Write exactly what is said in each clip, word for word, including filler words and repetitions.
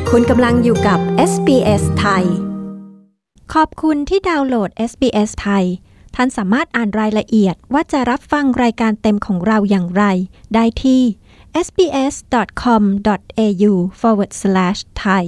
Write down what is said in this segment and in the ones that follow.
คุณกำลังอยู่กับ เอส บี เอส ไทยขอบคุณที่ดาวน์โหลด เอส บี เอส ไทยท่านสามารถอ่านรายละเอียดว่าจะรับฟังรายการเต็มของเราอย่างไรได้ที่ เอส บี เอส ดอท คอม ดอท เอ ยู สแลช สแลช ไทย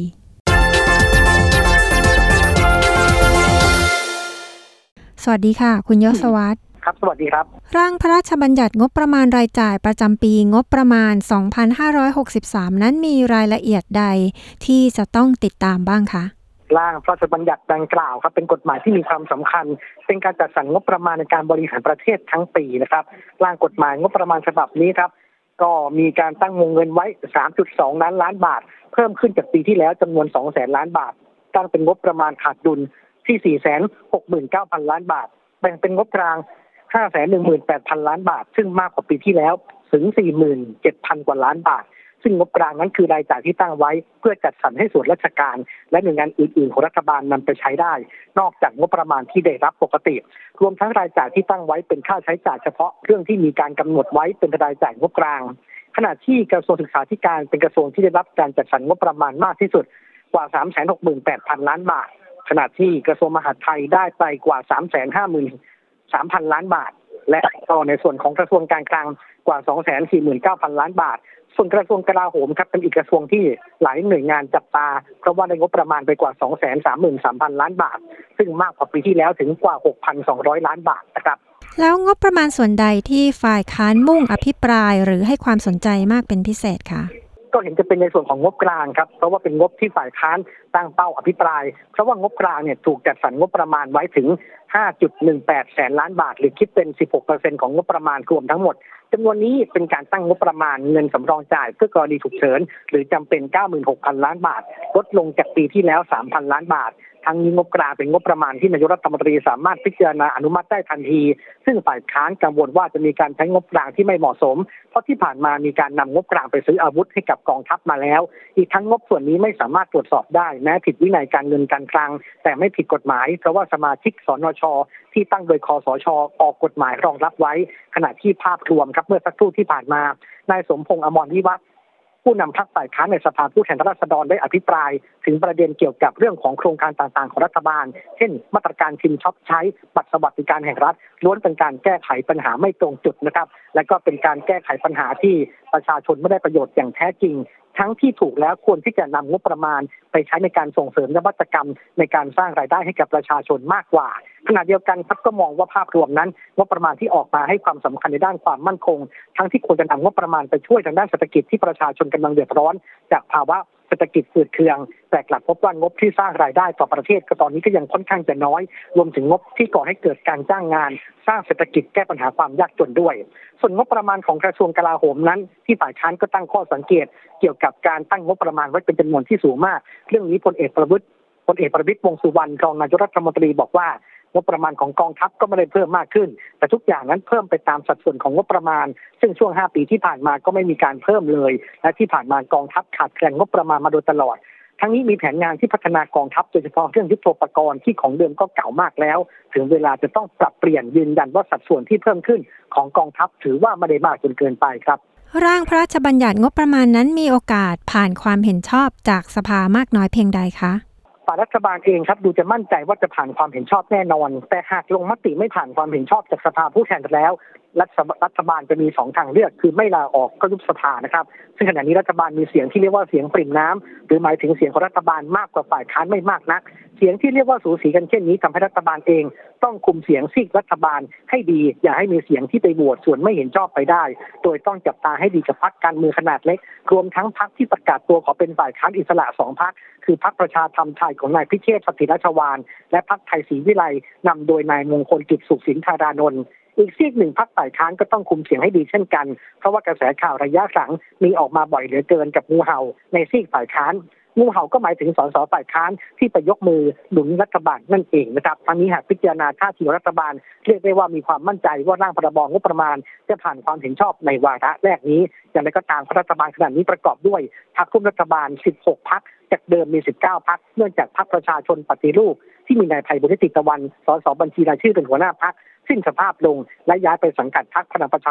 สวัสดีค่ะคุณยศวัฒน์ครับสวัสดีครับร่างพระราชบัญญัติงบประมาณรายจ่ายประจำปีงบประมาณ สองพันห้าร้อยหกสิบสาม นั้นมีรายละเอียดใดที่จะต้องติดตามบ้างคะร่างพระราชบัญญัติดังกล่าวครับเป็นกฎหมายที่มีความสำคัญเป็นการจัดสรรงบประมาณในการบริหารประเทศทั้งปีนะครับร่างกฎหมายงบประมาณฉบับนี้ครับก็มีการตั้งวงเงินไว้ สามจุดสอง ล้านล้านบาทเพิ่มขึ้นจากปีที่แล้วจำนวน สองแสนล้านบาทตั้งเป็นงบประมาณขาดดุลที่ สี่แสนหกหมื่นเก้าพัน ล้านบาทแบ่งเป็นงบกลาง ห้าแสนหนึ่งหมื่นแปดพัน ล้านบาทซึ่งมากกว่าปีที่แล้วถึง สี่หมื่นเจ็ดพัน กว่าล้านบาทซึ่งงบกลางนั้นคือรายจ่ายที่ตั้งไว้เพื่อจัดสรรให้ส่วนราชการและหน่วยงานอื่นๆของรัฐบาลนำไปใช้ได้นอกจากงบประมาณที่ได้รับปกติรวมทั้งรายจ่ายที่ตั้งไว้เป็นค่าใช้จ่ายเฉพาะเรื่องที่มีการกำหนดไว้เป็นรายจ่ายงบกลางขณะที่กระทรวงศึกษาธิการเป็นกระทรวงที่ได้รับการจัดสรรงบประมาณมากที่สุดกว่า สามแสนหกหมื่นแปดพัน ล้านบาทขณะที่กระทรวงมหาดไทยได้ไปกว่า สามแสนห้าหมื่นสามพัน ล้านบาทและก็ในส่วนของกระทรวงการคลังกว่า สองแสนสี่หมื่นเก้าพัน ล้านบาทส่วนกระทรวงกลาโหมครับเป็นอีกกระทรวงที่หลายหน่วยงานจับตาเพราะว่าได้งบประมาณไปกว่า สองแสนสามหมื่นสามพัน ล้านบาทซึ่งมากกว่าปีที่แล้วถึงกว่า หกพันสองร้อย ล้านบาทนะครับแล้วงบประมาณส่วนใดที่ฝ่ายค้านมุ่งอภิปรายหรือให้ความสนใจมากเป็นพิเศษคะก็เห็นจะเป็นในส่วนของงบกลางครับเพราะว่าเป็นงบที่ฝ่ายค้านตั้งเป้าอภิปรายเพราะว่างบกลางเนี่ยถูกจัดสรรงบประมาณไว้ถึง ห้าจุดหนึ่งแปด แสนล้านบาทหรือคิดเป็น สิบหกเปอร์เซ็นต์ ของงบประมาณรวมทั้งหมดจำนวนนี้เป็นการตั้งงบประมาณเงินสำรองจ่ายเพื่อกรณีฉุกเฉินหรือจำเป็น เก้าหมื่นหกพัน ล้านบาทลดลงจากปีที่แล้ว สามพัน ล้านบาททั้งนี้งบกลางเป็นงบประมาณที่นายกรัฐมนตรีสามารถพิจารณาอนุมัติได้ทันทีซึ่งฝ่ายค้านกังวลว่าจะมีการใช้งบกลางที่ไม่เหมาะสมเพราะที่ผ่านมามีการนำงบกลางไปซื้ออาวุธให้กับกองทัพมาแล้วอีกทั้งงบส่วนนี้ไม่สามารถตรวจสอบได้แม้ผิดวินัยการเงินการคลังแต่ไม่ผิดกฎหมายเพราะว่าสมาชิกสนช.ที่ตั้งโดยคสช.ออกกฎหมายรองรับไว้ขณะที่ภาพรวมครับเมื่อสักครู่ที่ผ่านมานายสมพงษ์อมรวิวัฒน์ผู้นำพรรคฝ่ายค้านในสภาผู้แทนราษฎรได้อภิปรายถึงประเด็นเกี่ยวกับเรื่องของโครงการต่างๆของรัฐบาลเช่นมาตรการชิมช็อปใช้บัตรสวัสดิการแห่งรัฐล้วนเป็นการแก้ไขปัญหาไม่ตรงจุดนะครับและก็เป็นการแก้ไขปัญหาที่ประชาชนไม่ได้ประโยชน์อย่างแท้จริงทั้งที่ถูกแล้วควรที่จะนำงบประมาณไปใช้ในการส่งเสริมนวัตกรรมในการสร้างรายได้ให้กับประชาชนมากกว่าขณะเดียวกันครับก็มองว่าภาพรวมนั้นงบประมาณที่ออกมาให้ความสำคัญในด้านความมั่นคงทั้งที่ควรจะนำงบประมาณไปช่วยทางด้านเศรษฐกิจที่ประชาชนกำลังเดือดร้อนจากภาวะเศรษฐกิจฝืดเคืองแต่กลับพบว่างบที่สร้างรายได้ต่อประเทศก็ตอนนี้ก็ยังค่อนข้างจะน้อยรวมถึงงบที่ก่อให้เกิดการจ้างงานสร้างเศรษฐกิจแก้ปัญหาความยากจนด้วยส่วนงบประมาณของกระทรวงกลาโหมนั้นที่ฝ่ายค้านก็ตั้งข้อสังเกตเกี่ยวกับการตั้งงบประมาณไว้เป็นจำนวนที่สูงมากเรื่องนี้พลเอกประวิตรพลเอกประวิตรวงษ์สุวรรณรองนายกรัฐมนตรีบอกว่างบประมาณของกองทัพก็ไม่ได้เพิ่มมากขึ้นแต่ทุกอย่างนั้นเพิ่มไปตามสัดส่วนของงบประมาณซึ่งช่วงห้าปีที่ผ่านมาก็ไม่มีการเพิ่มเลยและที่ผ่านมากองทัพขาดแคลนงบประมาณมาโดยตลอดทั้งนี้มีแผนงานที่พัฒนากองทัพโดยเฉพาะเรื่องยุทโธปกรณ์ที่ของเดิมก็เก่ามากแล้วถึงเวลาจะต้องปรับเปลี่ยนยืนยันว่าสัดส่วนที่เพิ่มขึ้นของกองทัพถือว่าไม่ได้มากจนเกินไปครับร่างพระราชบัญญัติงบประมาณนั้นมีโอกาสผ่านความเห็นชอบจากสภามากน้อยเพียงใดคะฝ่ายรัฐบาลเองครับดูจะมั่นใจว่าจะผ่านความเห็นชอบแน่นอนแต่หากลงมติไม่ผ่านความเห็นชอบจากสภาผู้แทนแล้วรัฐบาลจะมีสองทางเลือกคือไม่ลาออกก็ยุบสภานะครับซึ่งขณะนี้รัฐบาลมีเสียงที่เรียกว่าเสียงปริ่มน้ำหรือหมายถึงเสียงของรัฐบาลมากกว่าฝ่ายค้านไม่มากนักเสียงที่เรียกว่าสูสีกันเช่นนี้ทำให้รัฐบาลเองต้องคุมเสียงซีกรัฐบาลให้ดีอย่าให้มีเสียงที่ไปโหวตส่วนไม่เห็นชอบไปได้โดยต้องจับตาให้ดีกับพรรคการเมืองขนาดเล็กรวมทั้งพรรคที่ประกาศตัวขอเป็นฝ่ายค้านอิสระสองพรรคคือพรรคประชาธรรมไทยของนายพิเชษฐ์ สถิรชวาลและพรรคไทยศรีวิไลนำโดยนายมงคลกิจสุขสินธารานนท์อีกซีกหนึ่งพรรคฝ่ายค้านก็ต้องคุมเสียงให้ดีเช่นกันเพราะว่ากระแสข่าวระยะหลังมีออกมาบ่อยเหลือเกินกับงูเห่าในซีกฝ่ายค้านงูเห่าก็หมายถึงสสฝ่ายค้านที่ไปยกมือหนุนรัฐบาลนั่นเองนะครับทั้งนี้หากพิจารณาท่าทีรัฐบาลเรียกได้ว่ามีความมั่นใจว่าร่างพรบงบประมาณจะผ่านความเห็นชอบในวาระแรกนี้อย่างไรก็ตามรัฐบาลขณะนี้ประกอบด้วยพรรคร่วมรัฐบาลสิบหกพรรคจากเดิมมีสิบเก้าพรรคเนื่องจากพรรคประชาชนปฏิรูปที่มีนายไพบูลย์ นิติตะวันสสบัญชีรายชื่อเป็นหัวหน้าพรรคสิ้นสภาพลงและย้ายไปสังกัดพรรคพลังประชารัฐ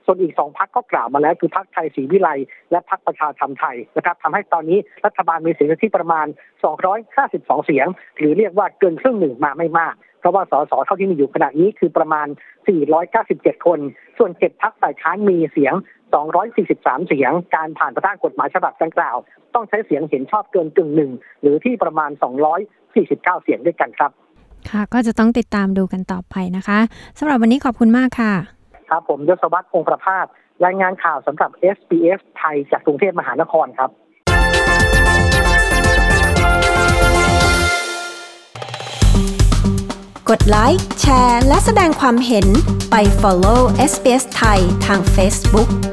ส่วนอีกสองพรรคก็กล่าวมาแล้วคือพรรคไทยศรีวิไลและพรรคประชาธรรมไทยนะครับทำให้ตอนนี้รัฐบาลมีเสียงที่ประมาณสองร้อยห้าสิบสองเสียงหรือเรียกว่าเกินครึ่งหนึ่งมาไม่มากเพราะว่าสสเท่าที่มีอยู่ขณะนี้คือประมาณสี่ร้อยเก้าสิบเจ็ดคนส่วนเจ็ดพรรคฝ่ายค้านมีเสียงสองร้อยสี่สิบสามเสียงการผ่านร่างกฎหมายฉบับดังกล่าวต้องใช้เสียงเห็นชอบเกินกึ่งหนึ่งหรือที่ประมาณสองร้อยสี่สิบเก้าเสียงด้วยกันครับค่ะก็จะต้องติดตามดูกันต่อไปนะคะสำหรับวันนี้ขอบคุณมากค่ะครับผมยศวัฒน์ คงประภาสรายงานข่าวสำหรับ เอส บี เอส ไทยจากกรุงเทพมหานครครับกดไลค์แชร์และแสดงความเห็นไป follow เอส บี เอส ไทยทาง Facebook